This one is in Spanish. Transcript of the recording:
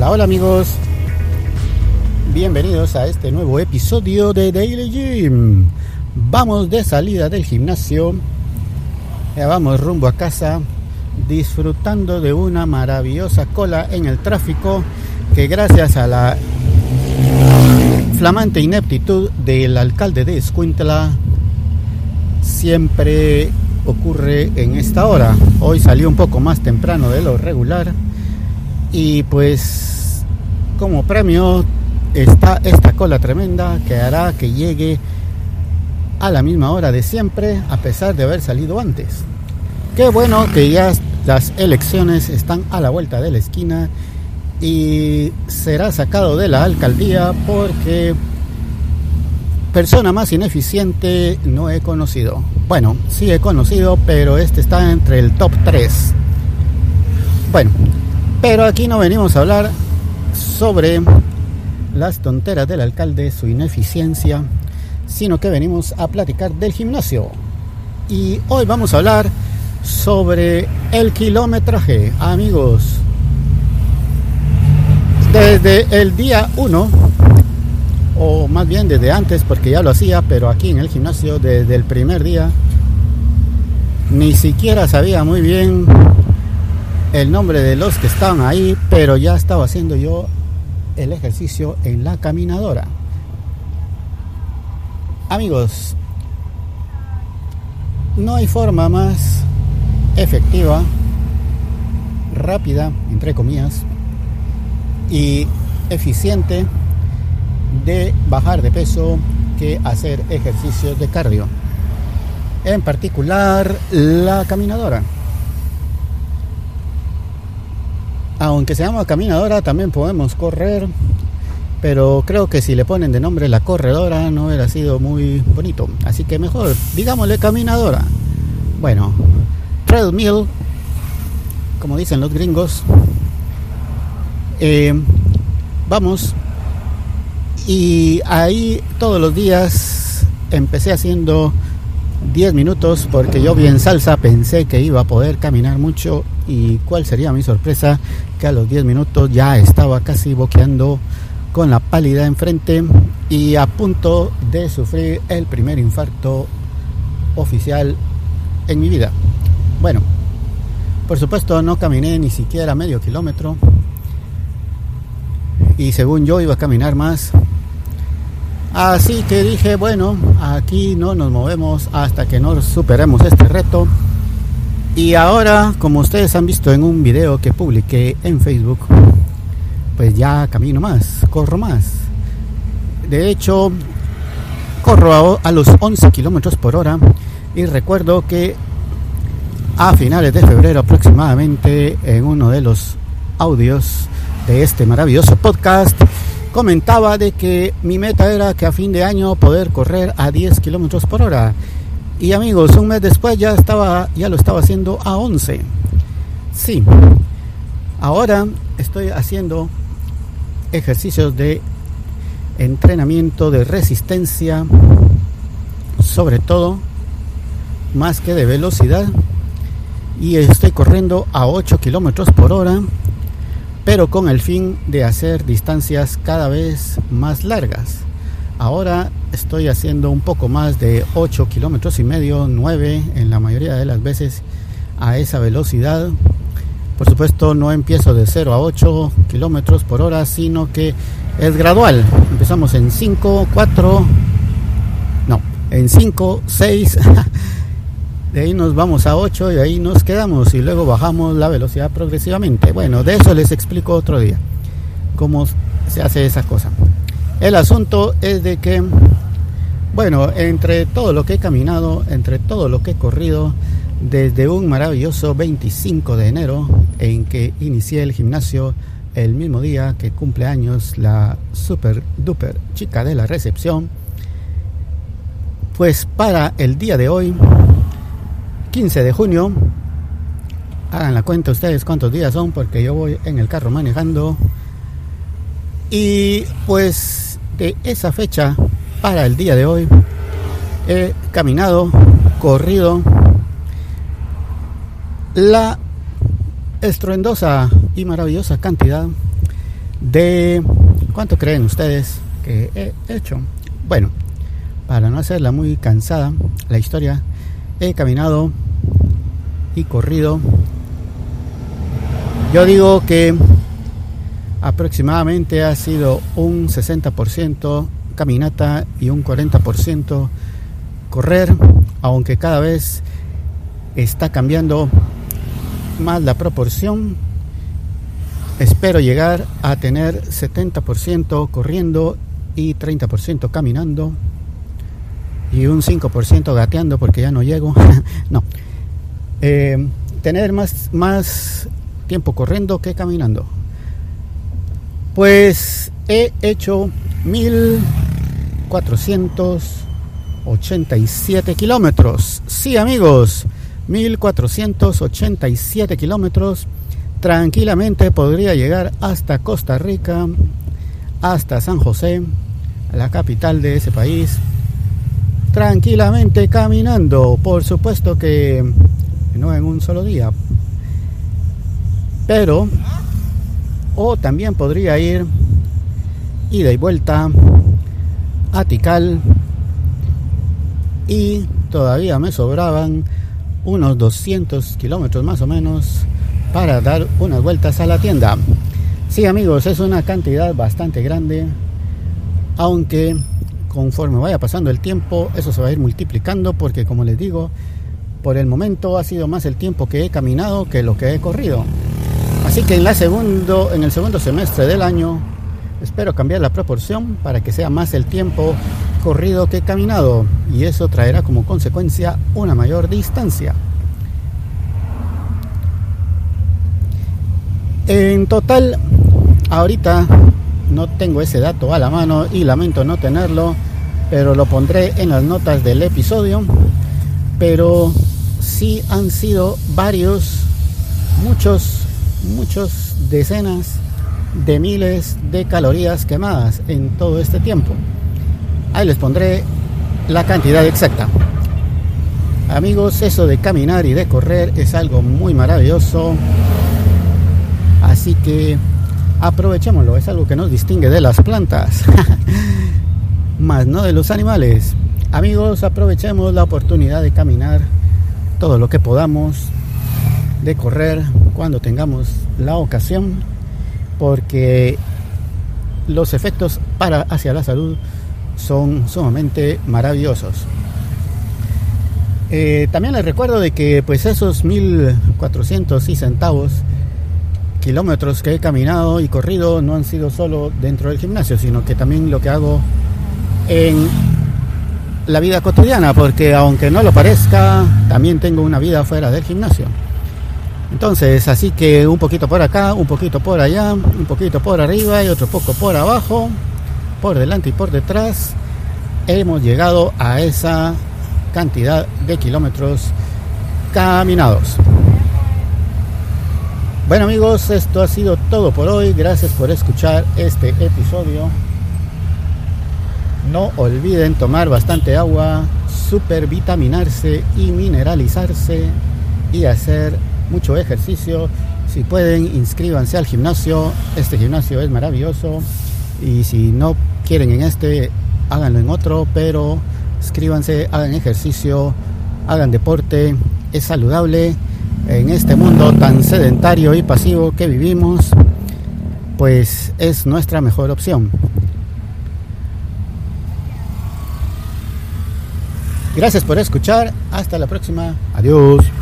Hola, hola amigos, bienvenidos a este nuevo episodio de Daily Gym. Vamos de salida del gimnasio, ya vamos rumbo a casa, disfrutando de una maravillosa cola en el tráfico que gracias a la flamante ineptitud del alcalde de Escuintla siempre ocurre en esta hora. Hoy salió un poco más temprano de lo regular y pues como premio está esta cola tremenda que hará que llegue a la misma hora de siempre a pesar de haber salido antes. Qué bueno que ya las elecciones están a la vuelta de la esquina y será sacado de la alcaldía porque persona más ineficiente no he conocido. Bueno, sí he conocido, pero este está entre el top 3. Bueno, pero aquí no venimos a hablar sobre las tonteras del alcalde, su ineficiencia, sino que venimos a platicar del gimnasio. Y hoy vamos a hablar sobre el kilometraje, amigos. Desde el día 1, o más bien desde antes, porque ya lo hacía, pero aquí en el gimnasio desde el primer día, ni siquiera sabía muy bien el nombre de los que estaban ahí, pero ya estaba haciendo yo el ejercicio en la caminadora. Amigos, no hay forma más efectiva, rápida, entre comillas, y eficiente de bajar de peso que hacer ejercicios de cardio, en particular la caminadora. Aunque se llama caminadora, también podemos correr, pero creo que si le ponen de nombre la corredora no hubiera sido muy bonito, así que mejor digámosle caminadora. Bueno, treadmill, como dicen los gringos. Vamos, y ahí todos los días empecé haciendo 10 minutos porque yo bien salsa pensé que iba a poder caminar mucho, y cuál sería mi sorpresa que a los 10 minutos ya estaba casi boqueando con la pálida enfrente y a punto de sufrir el primer infarto oficial en mi vida. Bueno, por supuesto no caminé ni siquiera medio kilómetro y según yo iba a caminar más, así que dije, bueno, aquí no nos movemos hasta que no superemos este reto. Y ahora, como ustedes han visto en un video que publiqué en Facebook, pues ya camino más, corro más. De hecho, corro a los 11 kilómetros por hora, y recuerdo que a finales de febrero aproximadamente, en uno de los audios de este maravilloso podcast, comentaba de que mi meta era que a fin de año poder correr a 10 kilómetros por hora. Y amigos, un mes después ya lo estaba haciendo a 11. Sí, ahora estoy haciendo ejercicios de entrenamiento de resistencia, sobre todo, más que de velocidad, y estoy corriendo a 8 kilómetros por hora, pero con el fin de hacer distancias cada vez más largas. Ahora estoy haciendo un poco más de 8 kilómetros y medio, 9 en la mayoría de las veces a esa velocidad. Por supuesto no empiezo de 0 a 8 kilómetros por hora, sino que es gradual. Empezamos en 5, 6, de ahí nos vamos a 8 y ahí nos quedamos y luego bajamos la velocidad progresivamente. Bueno, de eso les explico otro día, cómo se hace esa cosa. El asunto es de que, bueno, entre todo lo que he caminado, entre todo lo que he corrido, desde un maravilloso 25 de enero, en que inicié el gimnasio el mismo día que cumple años la super duper chica de la recepción, pues para el día de hoy, 15 de junio, hagan la cuenta ustedes cuántos días son, porque yo voy en el carro manejando, y pues de esa fecha para el día de hoy he caminado, corrido la estruendosa y maravillosa cantidad de ¿cuánto creen ustedes que he hecho? Bueno, para no hacerla muy cansada la historia, he caminado y corrido, yo digo que aproximadamente ha sido un 60% caminata y un 40% correr, aunque cada vez está cambiando más la proporción. Espero llegar a tener 70% corriendo y 30% caminando y un 5% gateando porque ya no llego. No, tener más tiempo corriendo que caminando. Pues he hecho 1487 kilómetros. Sí, amigos, 1487 kilómetros. Tranquilamente podría llegar hasta Costa Rica, hasta San José, la capital de ese país, tranquilamente caminando. Por supuesto que no en un solo día, pero o también podría ir ida y vuelta a Tikal, y todavía me sobraban unos 200 kilómetros más o menos para dar unas vueltas a la tienda. Sí, amigos, es una cantidad bastante grande, aunque conforme vaya pasando el tiempo eso se va a ir multiplicando, porque como les digo, por el momento ha sido más el tiempo que he caminado que lo que he corrido. Así que en el segundo semestre del año espero cambiar la proporción para que sea más el tiempo corrido que caminado, y eso traerá como consecuencia una mayor distancia. En total, ahorita no tengo ese dato a la mano y lamento no tenerlo, pero lo pondré en las notas del episodio. Pero sí han sido muchos decenas de miles de calorías quemadas en todo este tiempo. Ahí les pondré la cantidad exacta. Amigos, eso de caminar y de correr es algo muy maravilloso, así que aprovechémoslo. Es algo que nos distingue de las plantas más no de los animales. Amigos, aprovechemos la oportunidad de caminar todo lo que podamos, de correr cuando tengamos la ocasión, porque los efectos hacia la salud son sumamente maravillosos. También les recuerdo de que pues esos 1400 y centavos kilómetros que he caminado y corrido no han sido solo dentro del gimnasio, sino que también lo que hago en la vida cotidiana, porque aunque no lo parezca, también tengo una vida fuera del gimnasio. Entonces, así que un poquito por acá, un poquito por allá, un poquito por arriba y otro poco por abajo, por delante y por detrás, hemos llegado a esa cantidad de kilómetros caminados. Bueno, amigos, esto ha sido todo por hoy. Gracias por escuchar este episodio. No olviden tomar bastante agua, supervitaminarse y mineralizarse, y hacer mucho ejercicio. Si pueden, inscríbanse al gimnasio. Este gimnasio es maravilloso, y si no quieren en este, háganlo en otro, pero inscríbanse, hagan ejercicio, hagan deporte. Es saludable en este mundo tan sedentario y pasivo que vivimos, pues es nuestra mejor opción. Gracias por escuchar. Hasta la próxima. Adiós.